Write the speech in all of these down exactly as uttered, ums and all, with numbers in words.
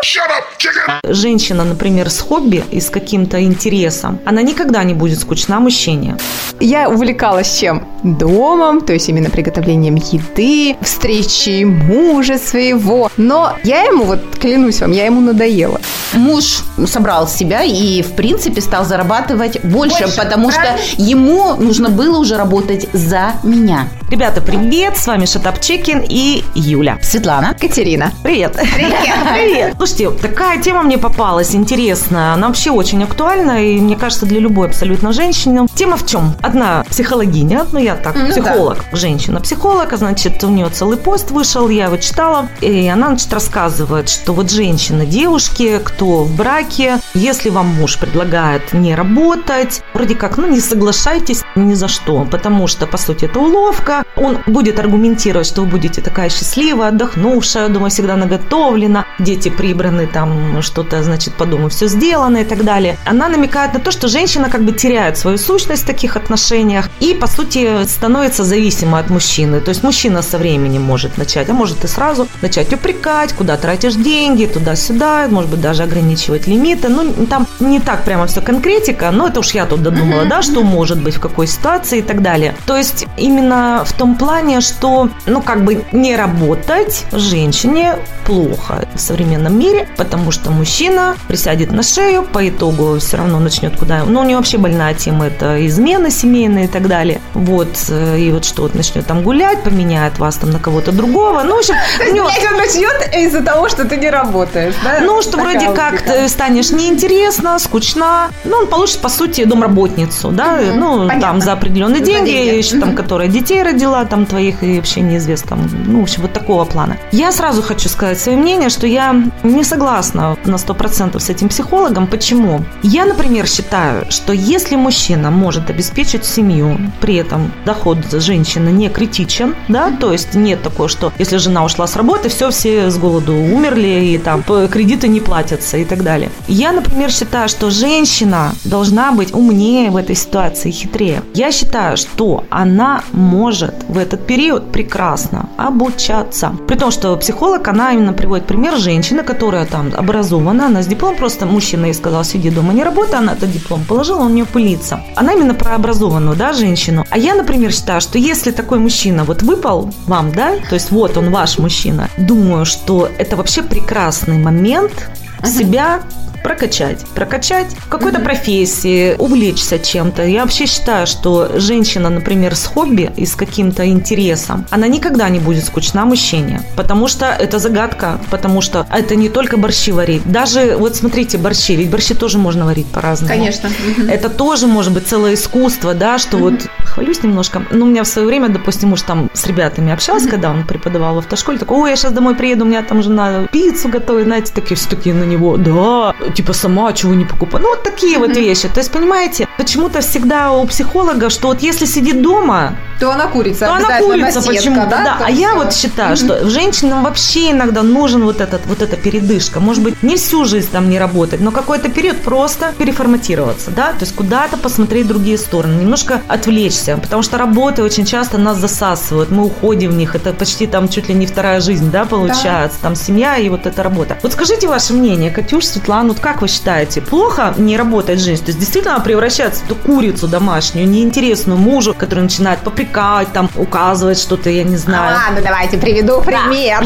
Женщина, например, с хобби и с каким-то интересом, она никогда не будет скучна мужчине. Я увлекалась чем? Домом, то есть именно приготовлением еды, встречей мужа своего. Но я ему, вот клянусь вам, я ему надоела. Муж собрал себя и, в принципе, стал зарабатывать больше, больше потому правильно? Что ему нужно было уже работать за меня. Ребята, привет! С вами Шатап Чекин и Юля. Светлана. Катерина. Привет. Привет. Привет. Слушайте, такая тема мне попалась интересная. Она вообще очень актуальна, и, мне кажется, для любой абсолютно женщины. Тема в чем? Одна психологиня, ну я так, ну, психолог, да. Женщина-психолог, значит, у нее целый пост вышел, я его читала, и она, значит, рассказывает, что вот женщины, девушки, кто в браке, если вам муж предлагает не работать, вроде как, ну, не соглашайтесь ни за что, потому что, по сути, это уловка. Он будет аргументировать, что вы будете такая счастливая, отдохнувшая, дома всегда наготовлено, дети прибраны, там что-то, значит, по дому все сделано и так далее. Она намекает на то, что женщина как бы теряет свою сущность в таких отношениях и, по сути, становится зависима от мужчины. То есть мужчина со временем может начать, а может и сразу начать упрекать, куда тратишь деньги, туда-сюда, может быть, даже ограничивать лимиты. Ну, там не так прямо все конкретика, но это уж я тут додумала, да, что может быть, в какой ситуации и так далее. То есть именно в том плане, что, ну, как бы не работать женщине плохо в современном мире, потому что мужчина присядет на шею, по итогу все равно начнет куда... Ну, у него вообще больная тема, это измены семейные и так далее. Вот, и вот что, вот начнет там гулять, поменяет вас там на кого-то другого. Ну, в общем... него... он начнет из-за того, что ты не работаешь, да? Ну, что вроде как ты станешь неинтересно, скучно. Ну, он получит, по сути, домработницу, да? Mm-hmm. Ну, понятно. Там за определенные деньги, деньги. Еще mm-hmm. там, которая детей родила, там, твоих, и вообще неизвестно, там, ну, в общем, вот такого плана. Я сразу хочу сказать свое мнение, что я не согласна на сто процентов с этим психологом. Почему? Я, например, считаю, что если мужчина может обеспечить семью, при этом доход женщины не критичен, да, то есть нет такого, что если жена ушла с работы, все, все с голоду умерли, и там кредиты не платятся и так далее. Я, например, считаю, что женщина должна быть умнее в этой ситуации, хитрее. Я считаю, что она может в этот период прекрасно обучаться. При том, что психолог, она именно приводит пример женщины, которая там образована, она с дипломом, просто мужчина ей сказал, сиди дома, не работай, она этот диплом положила, он у нее пылится. Она именно про образованную, да, женщину. А я, например, считаю, что если такой мужчина вот выпал вам, да, то есть вот он ваш мужчина, думаю, что это вообще прекрасный момент себя прокачать, прокачать в какой-то mm-hmm. профессии, увлечься чем-то. Я вообще считаю, что женщина, например, с хобби и с каким-то интересом, она никогда не будет скучна мужчине, потому что это загадка, потому что это не только борщи варить. Даже, вот смотрите, борщи, ведь борщи тоже можно варить по-разному. Конечно. Mm-hmm. Это тоже может быть целое искусство, да, что mm-hmm. вот, хвалюсь немножко, ну, у меня в свое время, допустим, муж там с ребятами общался, mm-hmm. когда он преподавал в автошколе, такой, ой, я сейчас домой приеду, у меня там жена пиццу готовит, знаете, такие все такие на него, да, типа сама чего не покупаю. Ну, вот такие mm-hmm. вот вещи. То есть, понимаете, почему-то всегда у психолога, что вот если сидит дома, то она курится. То она курится почему-то, да. да. А я вот считаю, mm-hmm. что женщинам вообще иногда нужен вот, этот, вот эта передышка. Может быть, не всю жизнь там не работать, но какой-то период просто переформатироваться, да, то есть куда-то посмотреть другие стороны, немножко отвлечься, потому что работы очень часто нас засасывают, мы уходим в них, это почти там чуть ли не вторая жизнь, да, получается, да. Там семья и вот эта работа. Вот скажите ваше мнение, Катюш, Светлана, вот как вы считаете, плохо не работать жизнь? То есть действительно она превращается в ту курицу домашнюю, неинтересную мужу, который начинает попрекать, там, указывать что-то, я не знаю. А, ладно, давайте приведу пример да.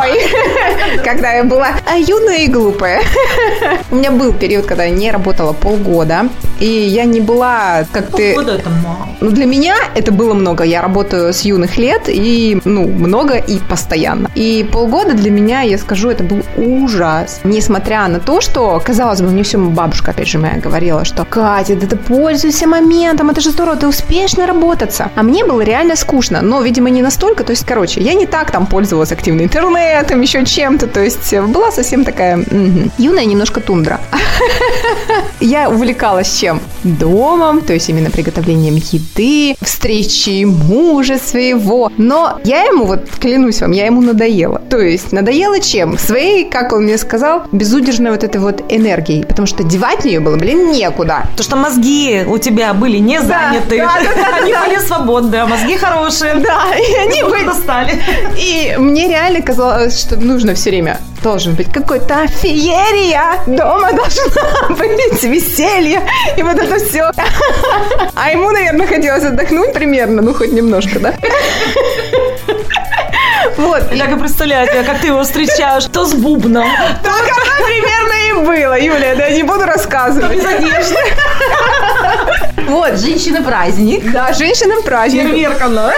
свой, когда я была юная и глупая. У меня был период, когда я не работала полгода, и я не была, как ты... Полгода это мало. Ну, для меня это было много. Я работаю с юных лет, и, ну, много и постоянно. И полгода для меня, я скажу, это был ужас. Несмотря на то, что, казалось бы, мне все бабушка, опять же, моя говорила, что Катя, да ты пользуйся моментом, это же здорово, ты успеешь наработаться. А мне было реально скучно, но, видимо, не настолько. То есть, короче, я не так там пользовалась активно интернетом, еще чем-то. То есть, была совсем такая угу, юная немножко тундра. Я увлекалась чем? Домом, то есть, именно приготовлением еды, встречей мужа своего. Но я ему, вот клянусь вам, я ему надоела. То есть, надоела чем? Своей, как он мне сказал, безудержной вот этой вот энергией. Потому что девать в нее было, блин, некуда. То, что мозги мозги у тебя были не заняты, да, да, да, они да. были свободны, а мозги хорошие. Да, и они были... достали. И мне реально казалось, что нужно все время, должен быть какой-то феерия, дома должна быть веселье, и вот это все. А ему, наверное, хотелось отдохнуть примерно, ну, хоть немножко, да? Вот. Я как представляю тебя, как ты его встречаешь, то с бубном. Так оно примерно и было, Юля, да, я не буду рассказывать. Без одежды. Вот, женщина-праздник. Да, женщина-праздник. Фейерверк она.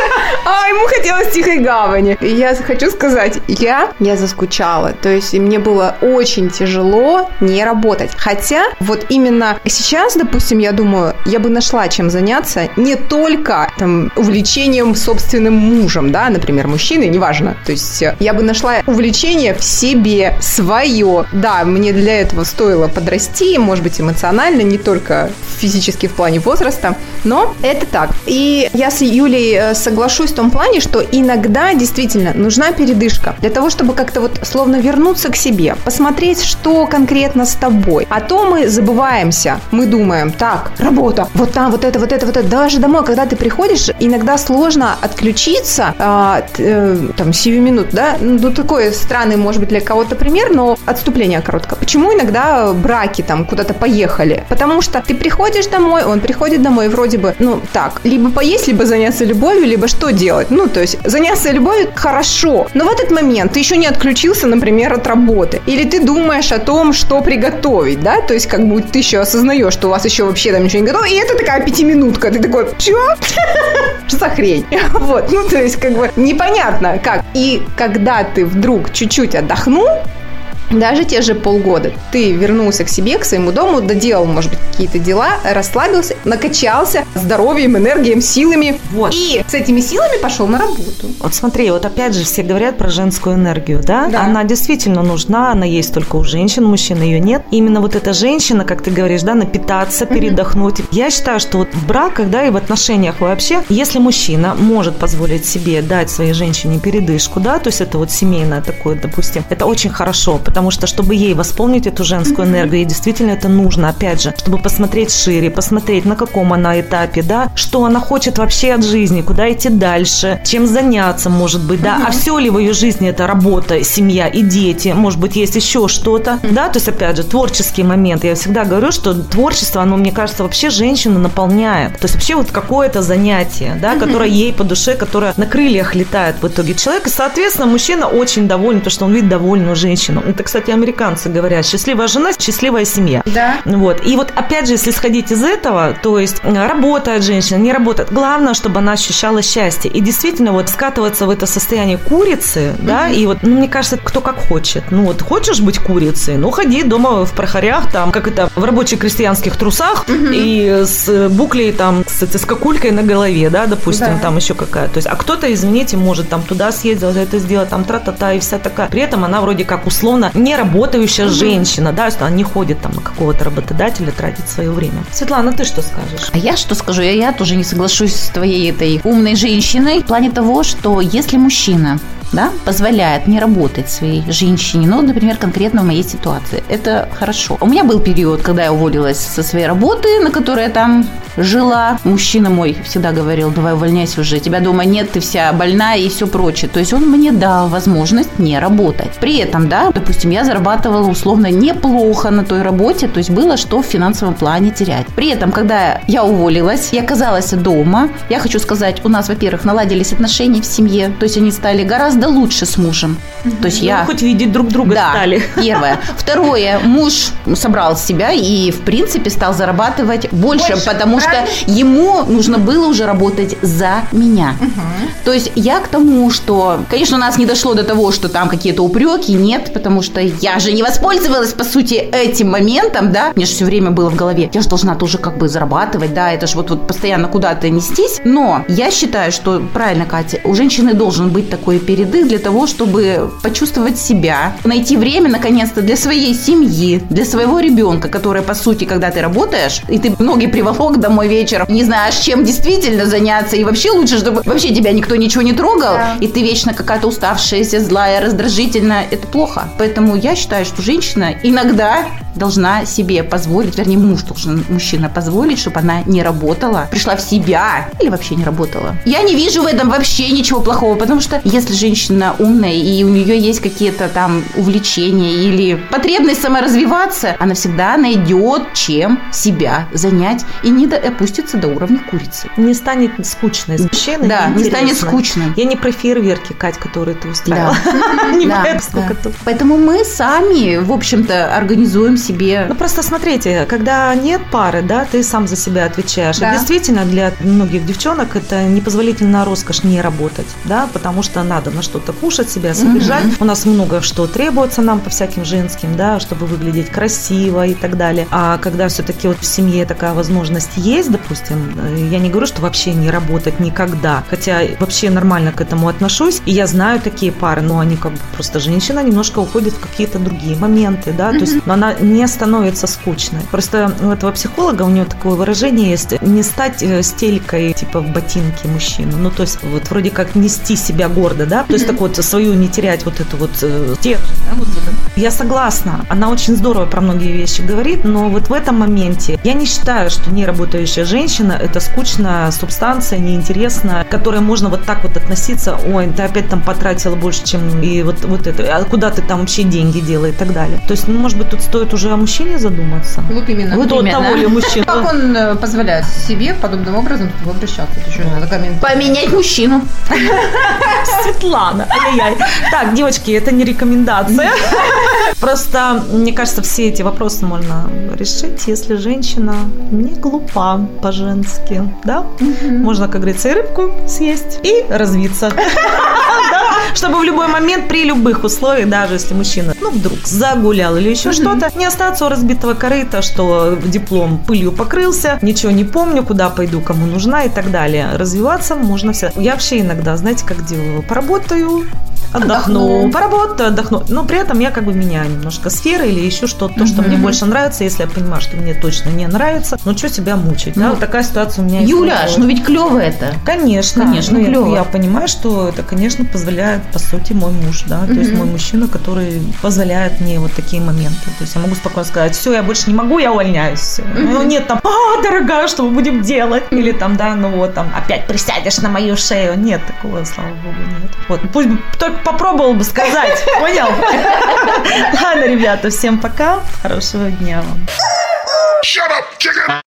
А ему хотелось тихой гавани. И я хочу сказать, я, я заскучала. То есть мне было очень тяжело не работать. Хотя вот именно сейчас, допустим, я думаю, я бы нашла чем заняться не только там увлечением собственным мужем, да, например, мужчиной, неважно. То есть я бы нашла увлечение в себе, свое. Да, мне для этого стоило подрасти, может быть, эмоционально, не только физически в плане возраста, но это так. И я с Юлей соглашусь в том плане, что иногда действительно нужна передышка для того, чтобы как-то вот словно вернуться к себе, посмотреть, что конкретно с тобой. А то мы забываемся, мы думаем, так, работа, вот там, вот это, вот это, вот это. Даже домой, когда ты приходишь, иногда сложно отключиться, э, э, там, сию минут, да, ну, такой странный, может быть, для кого-то пример, но отступление короткое. Почему иногда браки там куда-то поехали? Потому что ты приходишь домой, он приходит домой, вроде бы, ну, так, либо поесть, либо заняться любовью, либо что делать? Ну, то есть, заняться любовью хорошо, но в этот момент ты еще не отключился, например, от работы. Или ты думаешь о том, что приготовить, да? То есть, как бы ты еще осознаешь, что у вас еще вообще там ничего не готово, и это такая пятиминутка. Ты такой, чё? Что за хрень? Вот, ну, то есть, как бы, непонятно как. И когда ты вдруг чуть-чуть отдохнул, даже те же полгода, ты вернулся к себе, к своему дому, доделал, может быть, какие-то дела, расслабился, накачался здоровьем, энергией, силами. Вот. И с этими силами пошел на работу. Вот смотри, вот опять же все говорят про женскую энергию, да? Да. Она действительно нужна, она есть только у женщин, мужчин ее нет. Именно вот эта женщина, как ты говоришь, да, напитаться, передохнуть. Mm-hmm. Я считаю, что вот в браках, да, и в отношениях вообще, если мужчина может позволить себе дать своей женщине передышку, да, то есть это вот семейное такое, допустим, это очень хорошо, потому что, чтобы ей восполнить эту женскую энергию, ей действительно это нужно, опять же, чтобы посмотреть шире, посмотреть, на каком она этапе, да, что она хочет вообще от жизни, куда идти дальше, чем заняться, может быть, да, uh-huh. а все ли в ее жизни это работа, семья и дети, может быть, есть еще что-то, uh-huh. да, то есть, опять же, творческий момент. Я всегда говорю, что творчество, оно, мне кажется, вообще женщину наполняет, то есть вообще вот какое-то занятие, да, uh-huh. которое ей по душе, которое на крыльях летает в итоге человек, и, соответственно, мужчина очень доволен, потому что он видит довольную женщину. Это, кстати, американцы говорят, счастливая жена, счастливая семья. Да. Вот. И вот опять же, если сходить из этого, то есть работает женщина, не работает. Главное, чтобы она ощущала счастье. И действительно вот скатываться в это состояние курицы, mm-hmm. да, и вот, ну, мне кажется, кто как хочет. Ну, вот хочешь быть курицей, ну, ходи дома в прохорях, там, как это, в рабочих крестьянских трусах mm-hmm. и с буклей, там, с, с кокулькой на голове, да, допустим, да. там еще какая. То есть, а кто-то, извините, может там туда съездить, это сделать, там, тра-та-та и вся такая. При этом она вроде как условно не работающая mm-hmm. женщина, да, что она не ходит там на какого-то работодателя, тратит свое время. Светлана, ты что скажешь? А я что скажу? Я, я тоже не соглашусь с твоей этой умной женщиной в плане того, что если мужчина, да, позволяет не работать своей женщине, ну, например, конкретно в моей ситуации, это хорошо. У меня был период, когда я уволилась со своей работы, на которой я там жила. Мужчина мой всегда говорил, давай увольняйся уже, тебя дома нет, ты вся больная и все прочее. То есть он мне дал возможность не работать. При этом, да, допустим, я зарабатывала условно неплохо на той работе, то есть было что в финансовом плане терять. При этом, когда я уволилась, я оказалась дома, я хочу сказать, у нас, во-первых, наладились отношения в семье, то есть они стали гораздо лучше с мужем. Mm-hmm. То есть ну, я... хоть видеть друг друга да, стали. Первое. Второе, муж собрал себя и, в принципе, стал зарабатывать больше, больше потому правильно? Что ему нужно было уже работать за меня. Mm-hmm. То есть я к тому, что, конечно, у нас не дошло до того, что там какие-то упреки, нет, потому что я же не воспользовалась, по сути, этим моментом, да, мне же все время было в голове, я же должна тоже как бы зарабатывать, да, это же вот, вот постоянно куда-то нестись, но я считаю, что, правильно, Катя, у женщины должен быть такой передых для того, чтобы почувствовать себя, найти время, наконец-то, для своей семьи, для своего ребенка, который, по сути, когда ты работаешь, и ты ноги приволок домой вечером, не знаешь, чем действительно заняться, и вообще лучше, чтобы вообще тебя никто ничего не трогал, да. и ты вечно какая-то уставшаяся, злая, раздражительная, это плохо. Поэтому я считаю, что женщина иногда должна себе позволить, вернее, муж должен, мужчина позволить, чтобы она не работала, пришла в себя или вообще не работала. Я не вижу в этом вообще ничего плохого, потому что если женщина умная и у нее есть какие-то там увлечения или потребность саморазвиваться, она всегда найдет, чем себя занять и не до, опустится до уровня курицы. Не станет скучной. Мужчина да, не станет скучной. Я не про фейерверки, Кать, которые ты устраивала. Не про это сколько тут. Поэтому мы сами, в общем-то, организуем себе. Ну просто смотрите, когда нет пары, да, ты сам за себя отвечаешь. И действительно для многих девчонок это непозволительная роскошь не работать, да, потому что надо на что-то кушать, себя содержать. У нас много что требуется нам по всяким женским, да, чтобы выглядеть красиво и так далее. А когда все-таки вот в семье такая возможность есть, допустим, я не говорю, что вообще не работать никогда, хотя вообще нормально к этому отношусь, и я знаю такие пары, но они как бы просто женщина немножко уходит в какие-то другие моменты, да, mm-hmm. то есть, но она не становится скучной. Просто у этого психолога, у него такое выражение есть, не стать стелькой, типа, в ботинке мужчины, ну, то есть, вот вроде как нести себя гордо, да, то есть, так вот, свою не терять вот эту вот стержень, да, вот это. Я согласна, она очень здорово про многие вещи говорит, но вот в этом моменте я не считаю, что неработающая женщина – это скучная субстанция, неинтересная, к которой можно вот так вот относиться, ой, ты опять там потратила больше, чем и вот, вот это, а куда ты там вообще деньги делала и так далее. То есть, ну, может быть, тут стоит уже о мужчине задуматься. Вот именно. Вот именно. Того ли мужчина. Как он позволяет себе подобным образом обращаться? Это что, надо комментировать? Поменять мужчину. Светлана, ай-яй-яй. Так, девочки, это не рекомендация. Просто, мне кажется, все эти вопросы можно решить, если женщина не глупа по-женски, да? Можно, как говорится, и рыбку съесть, и развиться. Чтобы в любой момент, при любых условиях, даже если мужчина, ну, вдруг загулял или еще что-то, не остаться у разбитого корыта, что диплом пылью покрылся, ничего не помню, куда пойду, кому нужна и так далее. Развиваться можно все. Я вообще иногда, знаете, как делаю? Поработаю, отдохну, отдохну. поработаю, отдохну. Но при этом я как бы меняю немножко сферы или еще что-то, то, что mm-hmm. мне больше нравится, если я понимаю, что мне точно не нравится. Ну, что себя мучить? Ну, да? Вот такая ситуация у меня есть. Юляш, ну ведь клево это. Конечно. Конечно, ну, клево. Я, я понимаю, что это, конечно, позволяет, по сути, мой муж, да, то mm-hmm. есть мой мужчина, который позволяет мне вот такие моменты. То есть я могу спокойно сказать, все, я больше не могу, я увольняюсь. Mm-hmm. Ну, нет там, а, дорогая, что мы будем делать? Mm-hmm. Или там, да, ну вот там, опять присядешь на мою шею. Нет, такого, слава богу, нет. Вот, пусть бы только попробовал бы сказать, понял? Ладно, ребята, всем пока, хорошего дня вам.